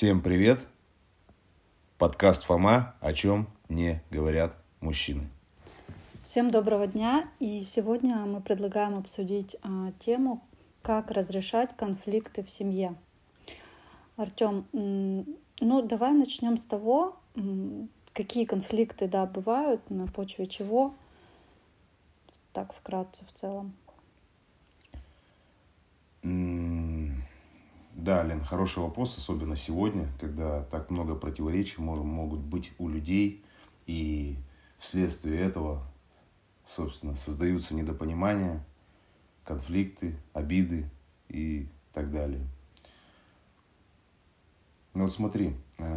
Всем привет! Подкаст Фома «О чем не говорят мужчины». Всем доброго дня! И сегодня мы предлагаем обсудить тему, как разрешать конфликты в семье. Артем, давай начнем с того, какие конфликты, бывают, на почве чего. Так вкратце в целом. Да, Лен, хороший вопрос, особенно сегодня, когда так много противоречий могут быть у людей, и вследствие этого, собственно, создаются недопонимания, конфликты, обиды и так далее. Ну вот смотри,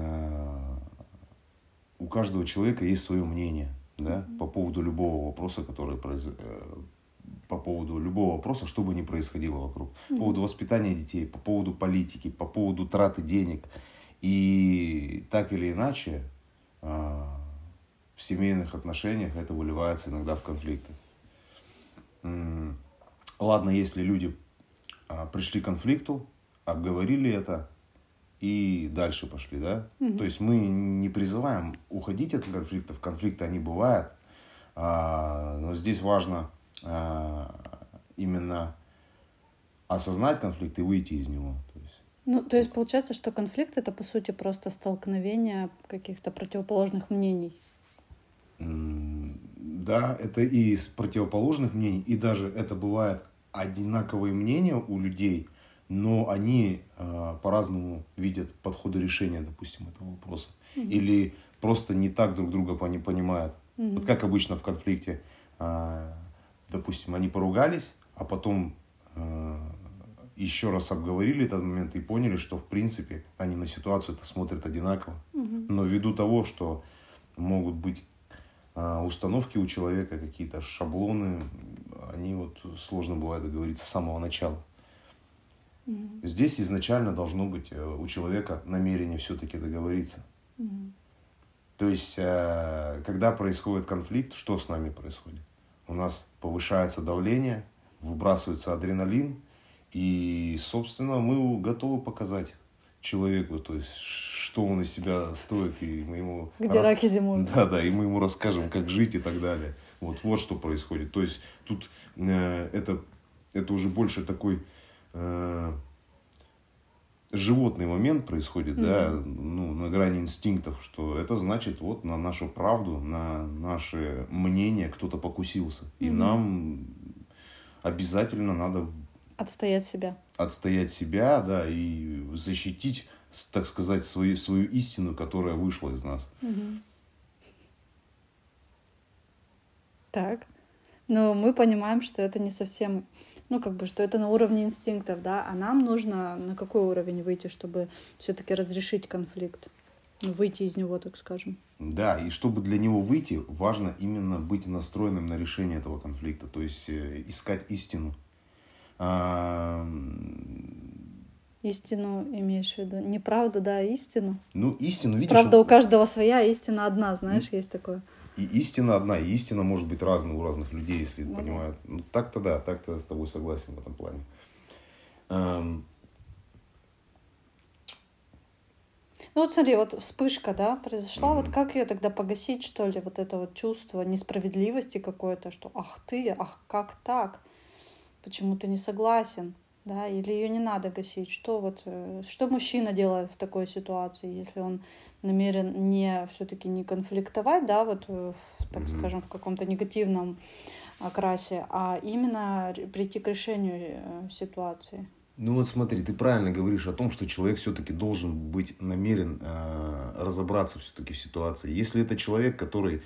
у каждого человека есть свое мнение, да, по поводу любого вопроса, по поводу любого вопроса, что бы ни происходило вокруг. По поводу воспитания детей, по поводу политики, по поводу траты денег. И так или иначе в семейных отношениях это выливается иногда в конфликты. Ладно, если люди пришли к конфликту, обговорили это и дальше пошли, да? То есть мы не призываем уходить от конфликтов. Конфликты они бывают. Но здесь важно именно осознать конфликт и выйти из него. То есть получается, что конфликт — это, по сути, просто столкновение каких-то противоположных мнений. Да, это и из противоположных мнений, и даже это бывает одинаковые мнения у людей, но они по-разному видят подходы решения, допустим, этого вопроса. Или просто не так друг друга понимают. Вот как обычно в конфликте. Допустим, они поругались, а потом еще раз обговорили этот момент и поняли, что в принципе они на ситуацию это смотрят одинаково. Но ввиду того, что могут быть установки у человека, какие-то шаблоны, они сложно бывает договориться с самого начала. Здесь изначально должно быть у человека намерение все-таки договориться. То есть, когда происходит конфликт, что с нами происходит? У нас повышается давление, выбрасывается адреналин, и, собственно, мы готовы показать человеку, то есть, что он из себя стоит, и мы ему... Где раки зимуют. Да, и мы ему расскажем, как жить и так далее. Вот что происходит. То есть, тут это уже больше такой животный момент происходит, да, на грани инстинктов, что это значит, на нашу правду, на наше мнение кто-то покусился. И нам обязательно надо отстоять себя, да, и защитить, так сказать, свою истину, которая вышла из нас. Так. Но мы понимаем, что это не совсем... что это на уровне инстинктов, да, а нам нужно на какой уровень выйти, чтобы все-таки разрешить конфликт, выйти из него, так скажем. Да, и чтобы для него выйти, важно именно быть настроенным на решение этого конфликта, то есть искать истину. Истину имеешь в виду? Не правду, да, а истину? Истину, видишь... Правда, у каждого своя, истина одна, знаешь, есть такое. И истина одна, и истина может быть разная у разных людей, если понимают. Так-то да, так-то с тобой согласен в этом плане. Смотри, вспышка, да, произошла, как ее тогда погасить, что ли, это чувство несправедливости какое-то, что ах как так, почему ты не согласен, да, или ее не надо гасить, что мужчина делает в такой ситуации, если он намерен все-таки не конфликтовать, да, так скажем, в каком-то негативном окрасе, а именно прийти к решению ситуации. Смотри, ты правильно говоришь о том, что человек все-таки должен быть намерен разобраться все-таки в ситуации. Если это человек, который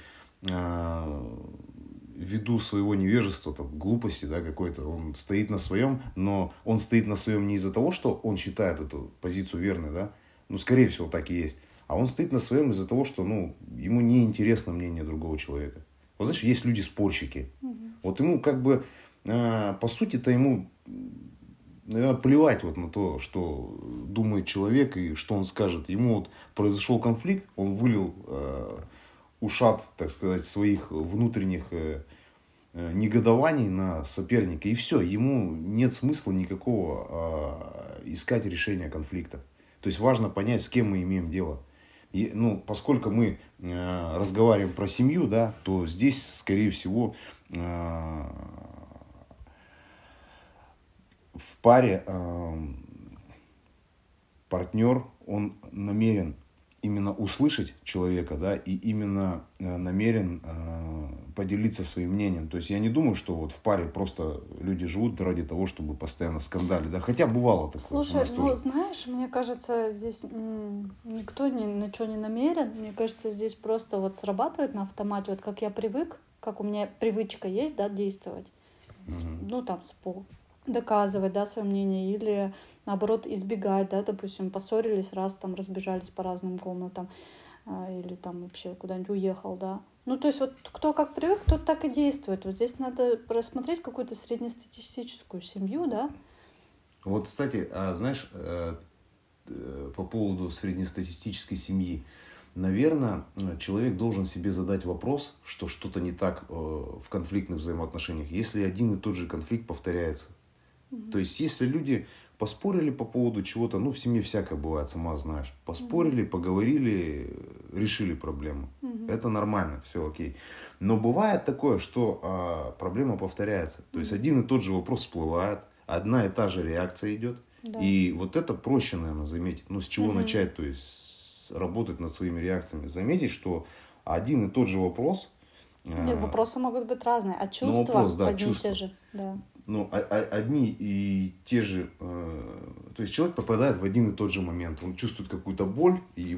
ввиду своего невежества, глупости, да, какой-то, он стоит на своем, но он стоит на своем не из-за того, что он считает эту позицию верной, да, скорее всего, так и есть, а он стоит на своем из-за того, что, ему не интересно мнение другого человека. Знаешь, есть люди-спорщики. Ему по сути-то ему, наверное, плевать на то, что думает человек и что он скажет. Ему произошел конфликт, он вылил ушат, так сказать, своих внутренних негодований на соперника. И все, ему нет смысла никакого искать решения конфликта. То есть важно понять, с кем мы имеем дело. И, ну, поскольку мы разговариваем про семью, да, то здесь, скорее всего, в паре партнер, он намерен именно услышать человека, да, и именно намерен поделиться своим мнением. То есть я не думаю, что вот в паре просто люди живут ради того, чтобы постоянно скандалить, да, хотя бывало такое. Слушай, ну знаешь, мне кажется, здесь никто ни на что не намерен. Мне кажется, здесь просто вот срабатывает на автомате, вот как я привык, как у меня привычка есть, да, действовать. Ну там доказывать, да, свое мнение, или наоборот избегать, да, допустим, поссорились раз, там разбежались по разным комнатам, или там вообще куда-нибудь уехал, да. Ну, то есть вот кто как привык, тот так и действует. Вот здесь надо рассмотреть какую-то среднестатистическую семью, да. Вот, кстати, знаешь, по поводу среднестатистической семьи, наверное, человек должен себе задать вопрос, что что-то не так в конфликтных взаимоотношениях, если один и тот же конфликт повторяется. То есть, если люди поспорили по поводу чего-то, ну, в семье всякое бывает, сама знаешь. Поспорили, поговорили, решили проблему. Это нормально, все окей. Но бывает такое, что проблема повторяется. То есть, один и тот же вопрос всплывает, одна и та же реакция идет. Да. И вот это проще, наверное, заметить. Ну, с чего начать, то есть, работать над своими реакциями. Заметить, что один и тот же вопрос... Нет, вопросы могут быть разные, а чувства вопрос, да, одни и те же. Да. Ну, одни и те же, то есть человек попадает в один и тот же момент. Он чувствует какую-то боль, и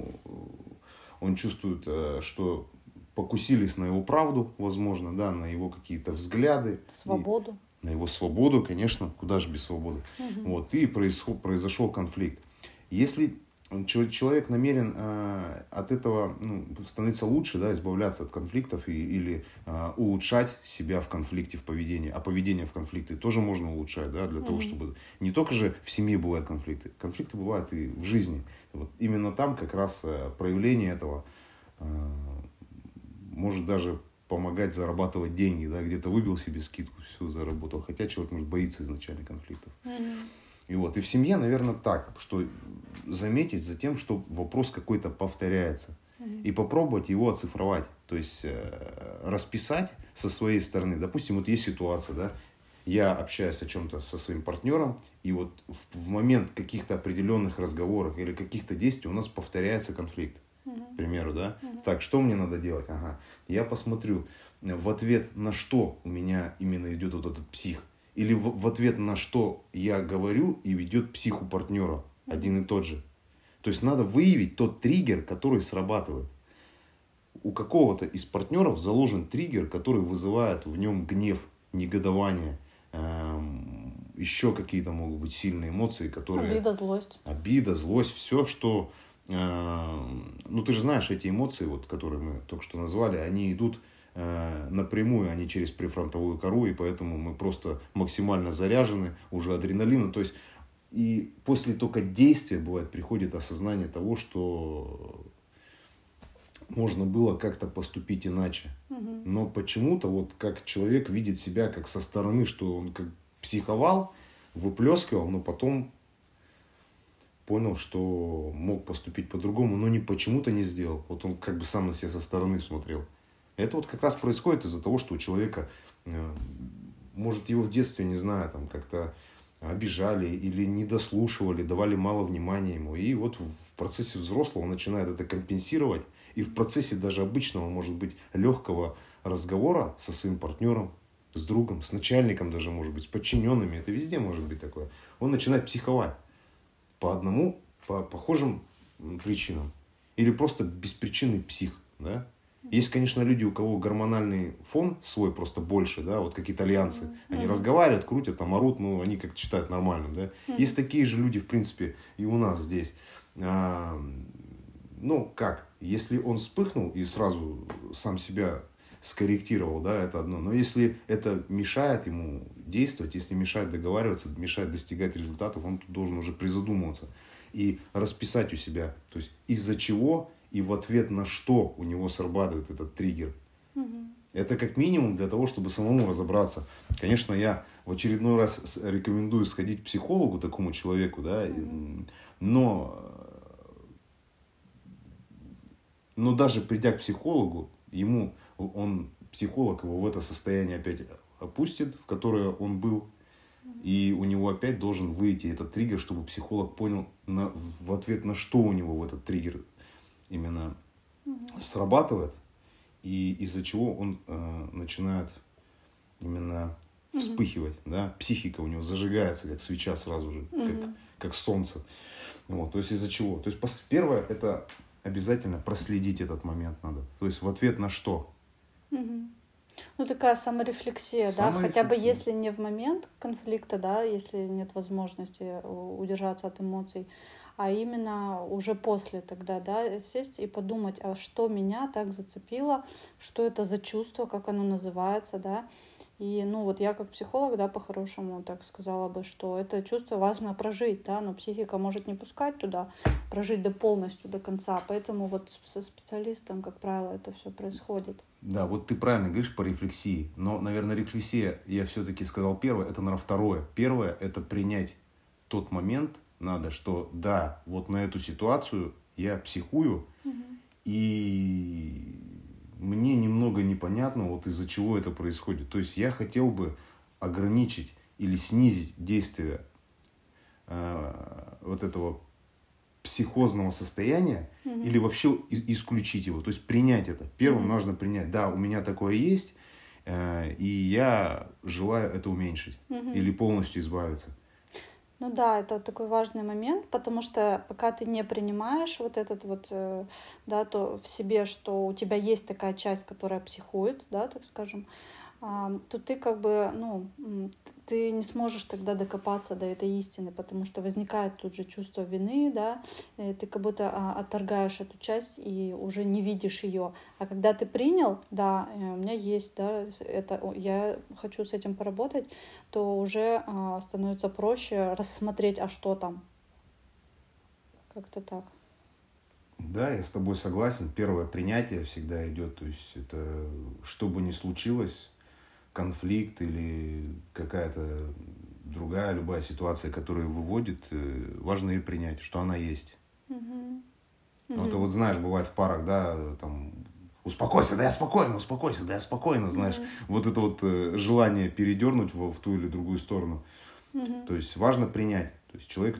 он чувствует, что покусились на его правду, возможно, да, на его какие-то взгляды. Свободу. На его свободу, конечно, куда же без свободы. Вот, и произошел конфликт. Если человек намерен от этого становиться лучше, да, избавляться от конфликтов или улучшать себя в конфликте, в поведении. А поведение в конфликте тоже можно улучшать, да, для того, чтобы... Не только же в семье бывают конфликты. Конфликты бывают и в жизни. Вот именно там как раз проявление этого может даже помогать зарабатывать деньги. Да, где-то выбил себе скидку, все заработал. Хотя человек, может, боится изначально конфликтов. И вот, и в семье, наверное, так, что заметить за тем, что вопрос какой-то повторяется. И попробовать его оцифровать. То есть расписать со своей стороны. Допустим, вот есть ситуация, да, я общаюсь о чем-то со своим партнером, и вот в момент каких-то определенных разговоров или каких-то действий у нас повторяется конфликт. К примеру, да. Так, что мне надо делать? Ага. Я посмотрю, в ответ на что у меня именно идет вот этот псих. Или в ответ на что я говорю и ведет псих у партнера один и тот же. То есть надо выявить тот триггер, который срабатывает. У какого-то из партнеров заложен триггер, который вызывает в нем гнев, негодование, еще какие-то могут быть сильные эмоции, которые... Обида, злость, все, что... Ну, ты же знаешь, эти эмоции, вот, которые мы только что назвали, они идут напрямую, а не через префронтовую кору, и поэтому мы просто максимально заряжены уже адреналином. То есть, и после только действия, бывает, приходит осознание того, что можно было как-то поступить иначе. Но почему-то, вот как человек видит себя как со стороны, что он как психовал, выплескивал, но потом понял, что мог поступить по-другому, но почему-то не сделал. Вот он как бы сам на себя со стороны смотрел. Это вот как раз происходит из-за того, что у человека, может, его в детстве, не знаю, там как-то обижали или не дослушивали, давали мало внимания ему. И вот в процессе взрослого он начинает это компенсировать. И в процессе даже обычного, может быть, легкого разговора со своим партнером, с другом, с начальником даже, может быть, с подчиненными, это везде может быть такое, он начинает психовать по похожим причинам. Или просто беспричинный псих, да. Есть, конечно, люди, у кого гормональный фон свой просто больше, да, вот как итальянцы. Они разговаривают, крутят, там орут, ну, они как-то считают нормальным, да. Есть такие же люди, в принципе, и у нас здесь. Ну, как, если он вспыхнул и сразу сам себя скорректировал, да, это одно. Но если это мешает ему действовать, если мешает договариваться, мешает достигать результатов, он тут должен уже призадумываться и расписать у себя, то есть из-за чего и в ответ на что у него срабатывает этот триггер. Это как минимум для того, чтобы самому разобраться. Конечно, я в очередной раз рекомендую сходить к психологу, такому человеку, да, Но даже придя к психологу, психолог его в это состояние опять опустит, в которое он был, и у него опять должен выйти этот триггер, чтобы психолог понял, в ответ на что у него в этот триггер именно срабатывает, и из-за чего он начинает именно вспыхивать, да, психика у него зажигается, как свеча сразу же, как солнце. Вот, то есть из-за чего? То есть первое, это обязательно проследить этот момент надо. То есть в ответ на что? Ну, такая саморефлексия, да, хотя бы если не в момент конфликта, да, если нет возможности удержаться от эмоций, а именно уже после тогда, да, сесть и подумать, а что меня так зацепило, что это за чувство, как оно называется, да. И, ну, вот я как психолог, да, по-хорошему так сказала бы, что это чувство важно прожить, да, но психика может не пускать туда, прожить полностью, до конца, поэтому вот со специалистом, как правило, это все происходит. Да, вот ты правильно говоришь по рефлексии, но, наверное, рефлексия, я все-таки сказал первое, это, наверное, второе. Первое, это принять тот момент, надо, что да, вот на эту ситуацию я психую, и мне немного непонятно, вот из-за чего это происходит. То есть я хотел бы ограничить или снизить действие вот этого психозного состояния или вообще исключить его. То есть принять это. Первым нужно принять, да, у меня такое есть, и я желаю это уменьшить или полностью избавиться. Ну да, это такой важный момент, потому что пока ты не принимаешь вот этот вот, да, то в себе, что у тебя есть такая часть, которая психует, да, так скажем, то ты как бы, ну, ты не сможешь тогда докопаться до этой истины, потому что возникает тут же чувство вины, да, ты как будто отторгаешь эту часть и уже не видишь ее. А когда ты принял, да, у меня есть, да, это, я хочу с этим поработать, то уже становится проще рассмотреть, а что там. Как-то так. Да, я с тобой согласен. Первое принятие всегда идет, то есть это что бы ни случилось, конфликт или какая-то другая, любая ситуация, которая выводит, важно ее принять, что она есть. Ну, ты вот знаешь, бывает в парах, да, там, успокойся, да я спокойно, успокойся, да я спокойно, знаешь, вот это вот желание передернуть в ту или другую сторону. То есть важно принять. То есть человек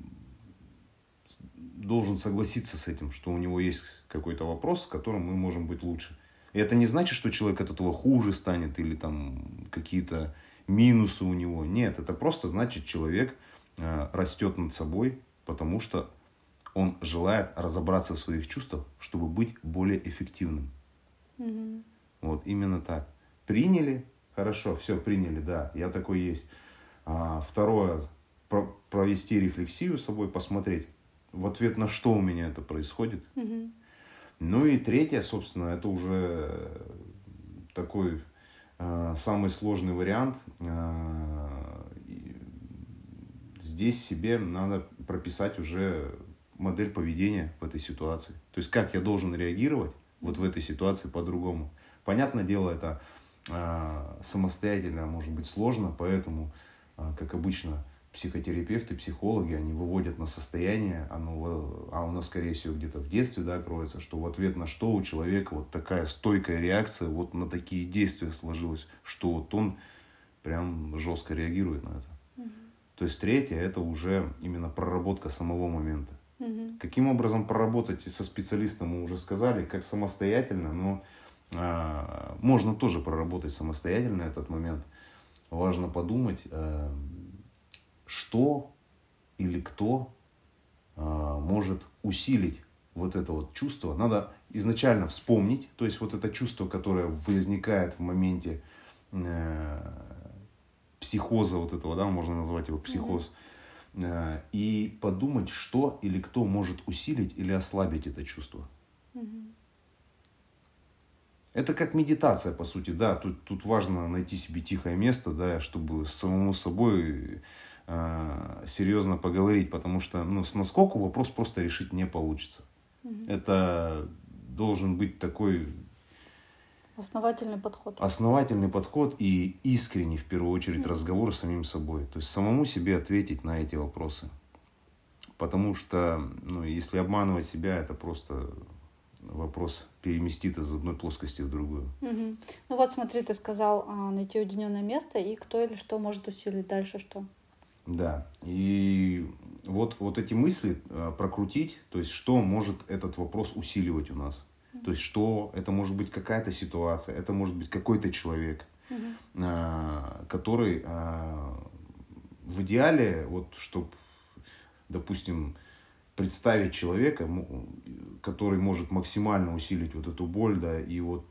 должен согласиться с этим, что у него есть какой-то вопрос, с которым мы можем быть лучше. И это не значит, что человек от этого хуже станет или там какие-то минусы у него. Нет, это просто значит, человек растет над собой, потому что он желает разобраться в своих чувствах, чтобы быть более эффективным. Вот именно так. Приняли, хорошо, все, приняли, да, я такой есть. Второе, провести рефлексию с собой, посмотреть, в ответ на что у меня это происходит. Ну и третье, собственно, это уже такой самый сложный вариант. Здесь себе надо прописать уже модель поведения в этой ситуации. То есть, как я должен реагировать вот в этой ситуации по-другому. Понятное дело, это самостоятельно может быть сложно, поэтому, как обычно, психотерапевты, психологи, они выводят на состояние, а у нас, скорее всего, где-то в детстве, да, кроется, что в ответ на что у человека вот такая стойкая реакция, вот на такие действия сложилась, что вот он прям жестко реагирует на это. То есть третье, это уже именно проработка самого момента. Каким образом проработать со специалистом, мы уже сказали, как самостоятельно, но можно тоже проработать самостоятельно этот момент. Важно подумать, что или кто может усилить вот это вот чувство. Надо изначально вспомнить, то есть вот это чувство, которое возникает в моменте психоза вот этого, да, можно назвать его психоз, и подумать, что или кто может усилить или ослабить это чувство. Это как медитация, по сути, да, тут важно найти себе тихое место, да, чтобы самому собой серьезно поговорить, потому что с наскоку вопрос просто решить не получится. Это должен быть такой основательный подход. Основательный подход и искренний, в первую очередь, разговор с самим собой. То есть самому себе ответить на эти вопросы. Потому что, ну, если обманывать себя, это просто вопрос переместит из одной плоскости в другую. Мгм. Ну вот смотри, ты сказал найти уединенное место, и кто или что может усилить дальше что? Да. И вот эти мысли прокрутить, то есть что может этот вопрос усиливать у нас. То есть что это может быть какая-то ситуация, это может быть какой-то человек, Мгм. который в идеале, вот чтобы, допустим, представить человека, который может максимально усилить вот эту боль, да, и вот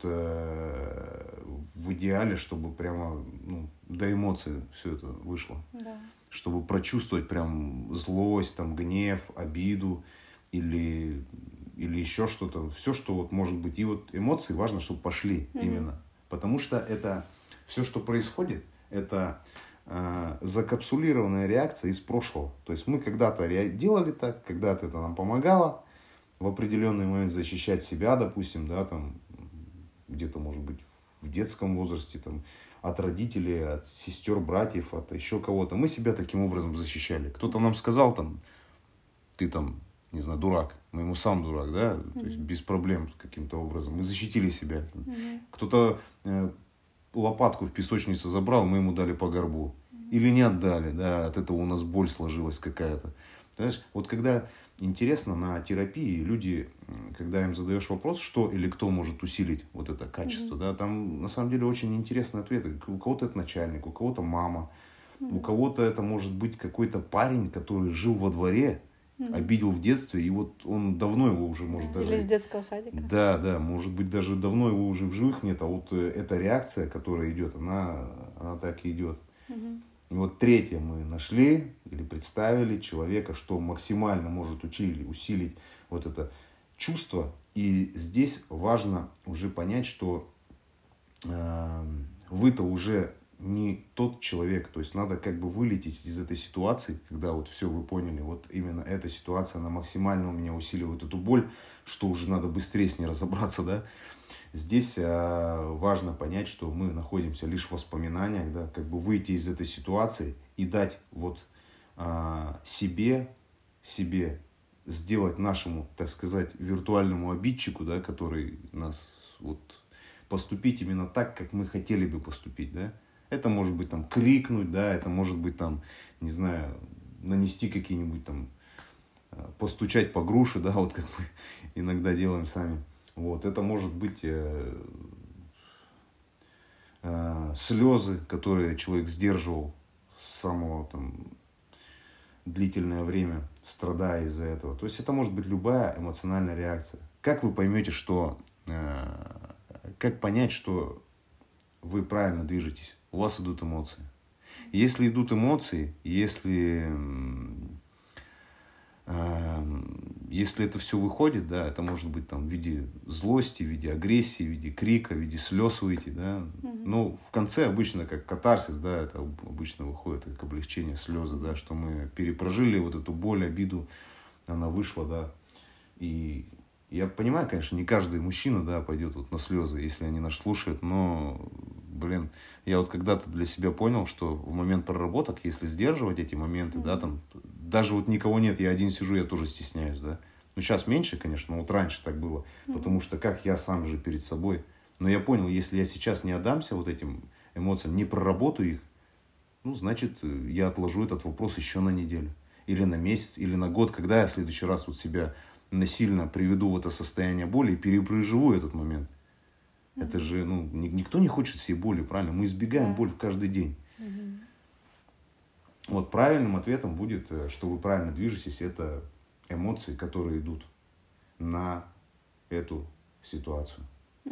в идеале, чтобы прямо, ну, до эмоций все это вышло. Да. Чтобы прочувствовать прям злость, там, гнев, обиду или еще что-то. Все, что вот может быть. И вот эмоции важно, чтобы пошли именно. Потому что это все, что происходит, это закапсулированная реакция из прошлого. То есть мы когда-то делали так, когда-то это нам помогало в определенный момент защищать себя, допустим, да, там, где-то, может быть, в детском возрасте, там, от родителей, от сестер, братьев, от еще кого-то. Мы себя таким образом защищали. Кто-то нам сказал, там, ты там, не знаю, дурак. Мы ему сам дурак, да? То есть без проблем каким-то образом. Мы защитили себя. Кто-то лопатку в песочнице забрал, мы ему дали по горбу. Или не отдали, да, от этого у нас боль сложилась какая-то. Знаешь, вот когда интересно на терапии, люди, когда им задаешь вопрос, что или кто может усилить вот это качество, да, там на самом деле очень интересные ответы. У кого-то это начальник, у кого-то мама, у кого-то это может быть какой-то парень, который жил во дворе, обидел в детстве, и вот он давно его уже может даже... Или из детского садика. Да, может быть, даже давно его уже в живых нет, а вот эта реакция, которая идет, она так и идет. И вот третье мы нашли или представили человека, что максимально может усилить вот это чувство. И здесь важно уже понять, что вы-то уже не тот человек. То есть надо как бы вылететь из этой ситуации, когда вот все вы поняли, вот именно эта ситуация, она максимально у меня усиливает эту боль, что уже надо быстрее с ней разобраться, да. Здесь важно понять, что мы находимся лишь в воспоминаниях, да, как бы выйти из этой ситуации и дать вот себе сделать нашему, так сказать, виртуальному обидчику, да, который нас вот поступить именно так, как мы хотели бы поступить, да. Это может быть там крикнуть, да, это может быть там, не знаю, нанести какие-нибудь там, постучать по груше, да, вот как мы иногда делаем сами. Вот, это может быть слезы, которые человек сдерживал с самого там длительное время, страдая из-за этого. То есть это может быть любая эмоциональная реакция. Как вы поймете, что... как понять, что вы правильно движетесь? У вас идут эмоции. Если идут эмоции, если это все выходит, да, это может быть там в виде злости, в виде агрессии, в виде крика, в виде слез выйти, да. Но в конце обычно как катарсис, да, это обычно выходит как облегчение, слезы, да, что мы перепрожили вот эту боль, обиду, она вышла, да. И я понимаю, конечно, не каждый мужчина, да, пойдет вот на слезы, если они нас слушают, но, блин, я вот когда-то для себя понял, что в момент проработок, если сдерживать эти моменты, да, там, даже вот никого нет, я один сижу, я тоже стесняюсь, да. Ну, сейчас меньше, конечно, но вот раньше так было, потому что как я сам же перед собой. Но я понял, если я сейчас не отдамся вот этим эмоциям, не проработаю их, ну, значит, я отложу этот вопрос еще на неделю, или на месяц, или на год, когда я в следующий раз вот себя насильно приведу в это состояние боли и переживу этот момент. Это же, ну, никто не хочет себе боли, правильно? Мы избегаем боль каждый день. Вот правильным ответом будет, что вы правильно движетесь, это эмоции, которые идут на эту ситуацию.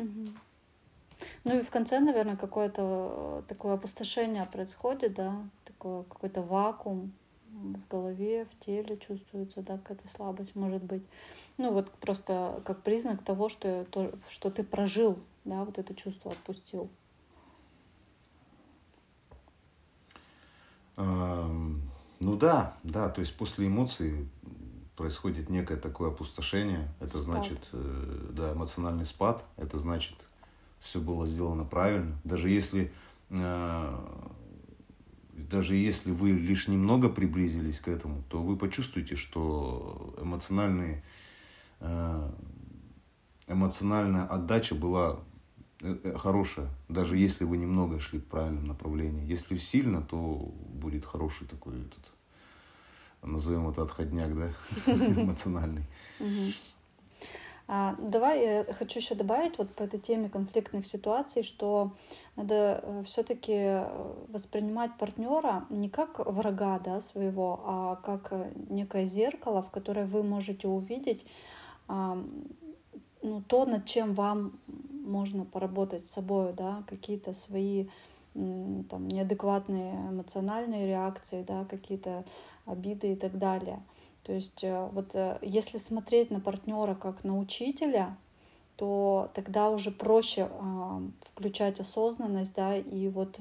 Ну и в конце, наверное, какое-то такое опустошение происходит, да, такой какой-то вакуум в голове, в теле чувствуется, да, какая-то слабость может быть. Ну вот просто как признак того, что ты прожил, да, вот это чувство отпустил. Ну да, то есть после эмоций происходит некое такое опустошение. Это спад. Значит, да, эмоциональный спад. Это значит, все было сделано правильно. Даже если даже если вы лишь немного приблизились к этому, то вы почувствуете, что эмоциональная отдача была хорошая, даже если вы немного шли в правильном направлении. Если сильно, то будет хороший такой, назовем это отходняк, да, эмоциональный. Давай я хочу еще добавить вот по этой теме конфликтных ситуаций, что надо все-таки воспринимать партнера не как врага, да, своего, а как некое зеркало, в которое вы можете увидеть то, над чем вам можно поработать с собой, да, какие-то свои там неадекватные эмоциональные реакции, да, какие-то обиды и так далее. То есть вот если смотреть на партнера как на учителя, то тогда уже проще включать осознанность, да, и вот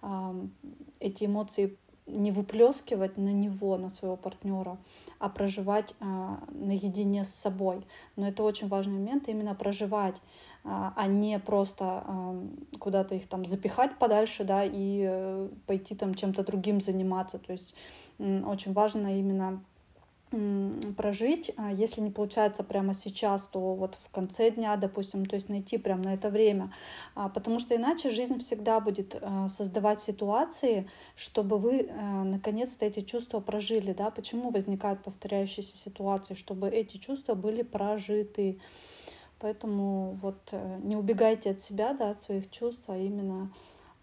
эти эмоции не выплескивать на него, на своего партнера, а проживать наедине с собой. Но это очень важный момент, именно проживать, а не просто куда-то их там запихать подальше, да, и пойти там чем-то другим заниматься. То есть очень важно именно прожить, если не получается прямо сейчас, то вот в конце дня, допустим, то есть найти прямо на это время, потому что иначе жизнь всегда будет создавать ситуации, чтобы вы наконец-то эти чувства прожили, да, почему возникают повторяющиеся ситуации, чтобы эти чувства были прожиты, поэтому вот не убегайте от себя, да, от своих чувств, а именно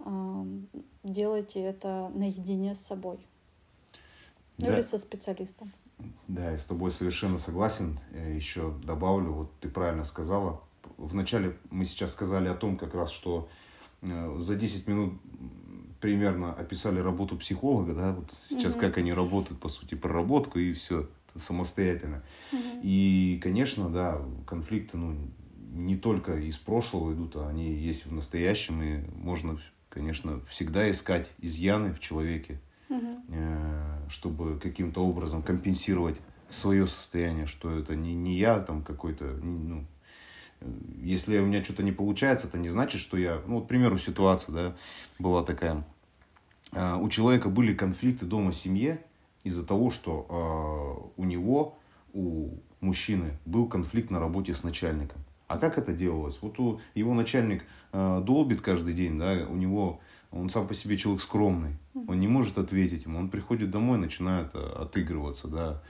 делайте это наедине с собой, да. Или со специалистом. Да, я с тобой совершенно согласен. Еще добавлю, вот ты правильно сказала. Вначале мы сейчас сказали о том, как раз, что за 10 минут примерно описали работу психолога, да, вот сейчас как они работают, по сути, проработку и все самостоятельно. И, конечно, да, конфликты, не только из прошлого идут, а они есть в настоящем, и можно, конечно, всегда искать изъяны в человеке, чтобы каким-то образом компенсировать свое состояние, что это не я там какой-то, если у меня что-то не получается, это не значит, что я, вот, к примеру, ситуация, да, была такая, у человека были конфликты дома в семье из-за того, что у мужчины был конфликт на работе с начальником. А как это делалось? Вот его начальник долбит каждый день, да, он сам по себе человек скромный, он не может ответить ему, он приходит домой, начинает отыгрываться, да,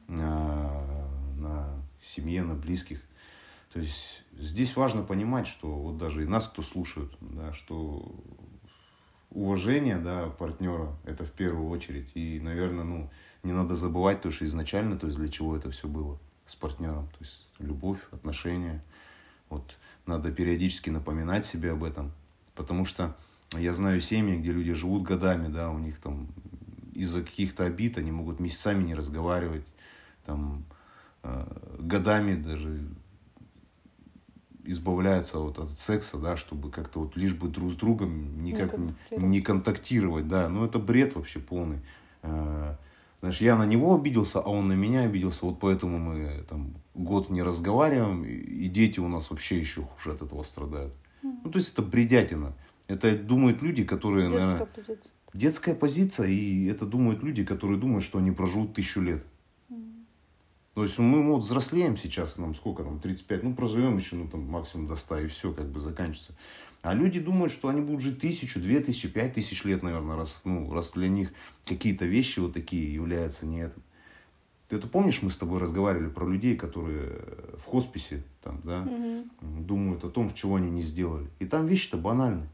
на семье, на близких. То есть здесь важно понимать, что вот даже и нас, кто слушает, да, что уважение, да, партнера это в первую очередь. И, наверное, не надо забывать то, что изначально, то есть для чего это все было с партнером. То есть любовь, отношения. Вот надо периодически напоминать себе об этом, потому что я знаю семьи, где люди живут годами, да, у них там из-за каких-то обид они могут месяцами не разговаривать, там годами даже избавляются вот от секса, да, чтобы как-то вот лишь бы друг с другом никак не контактировать, да, это бред вообще полный. Знаешь, я на него обиделся, а он на меня обиделся, вот поэтому мы там год не разговариваем, и дети у нас вообще еще хуже от этого страдают. То есть это бредятина. Это думают люди, которые... Детская позиция, и это думают люди, которые думают, что они проживут 1000 лет. То есть мы взрослеем сейчас, нам сколько там, 35, проживем еще, максимум до 100, и все, как бы заканчивается. А люди думают, что они будут жить 1000, 2000, 5000 лет, наверное, раз для них какие-то вещи вот такие являются не это. Ты это помнишь, мы с тобой разговаривали про людей, которые в хосписе там, да, думают о том, чего они не сделали. И там вещи-то банальные.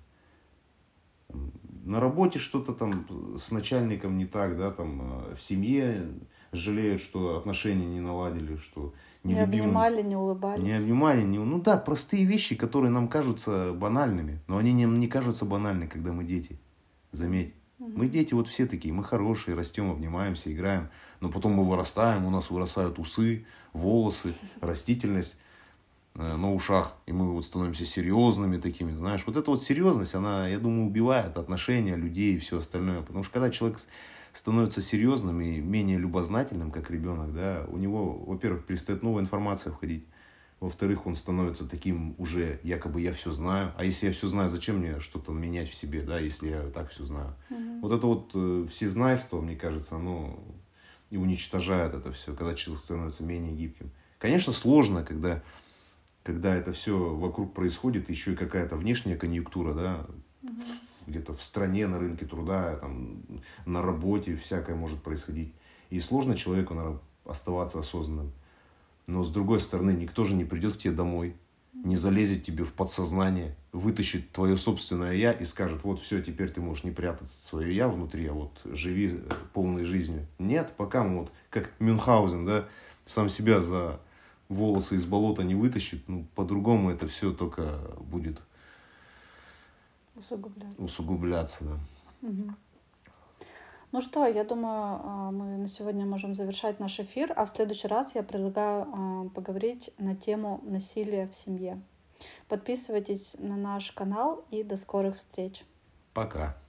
На работе что-то там с начальником не так, да, там в семье жалеют, что отношения не наладили, что не обнимали, не улыбались. Не обнимали, да, простые вещи, которые нам кажутся банальными, но они не кажутся банальными, когда мы дети. Заметь. Мы дети вот все такие, мы хорошие, растем, обнимаемся, играем, но потом мы вырастаем, у нас вырастают усы, волосы, растительность на ушах, и мы вот становимся серьезными такими, знаешь. Вот эта вот серьезность, она, я думаю, убивает отношения людей и все остальное. Потому что когда человек становится серьезным и менее любознательным, как ребенок, да, у него, во-первых, перестает новая информация входить. Во-вторых, он становится таким уже, якобы я все знаю. А если я все знаю, зачем мне что-то менять в себе, да, если я так все знаю? Вот это вот всезнайство, мне кажется, оно и уничтожает это все, когда человек становится менее гибким. Конечно, сложно, когда это все вокруг происходит, еще и какая-то внешняя конъюнктура, да, где-то в стране, на рынке труда, там, на работе всякое может происходить. И сложно человеку, наверное, оставаться осознанным. Но с другой стороны, никто же не придет к тебе домой, не залезет тебе в подсознание, вытащит твое собственное я и скажет: вот все, теперь ты можешь не прятаться свое я внутри, а вот живи полной жизнью. Нет, пока мы вот, как Мюнхгаузен, да, сам себя за волосы из болота не вытащит, ну, по-другому это все только будет усугубляться, да. Ну что, я думаю, мы на сегодня можем завершать наш эфир, а в следующий раз я предлагаю поговорить на тему насилия в семье. Подписывайтесь на наш канал и до скорых встреч. Пока.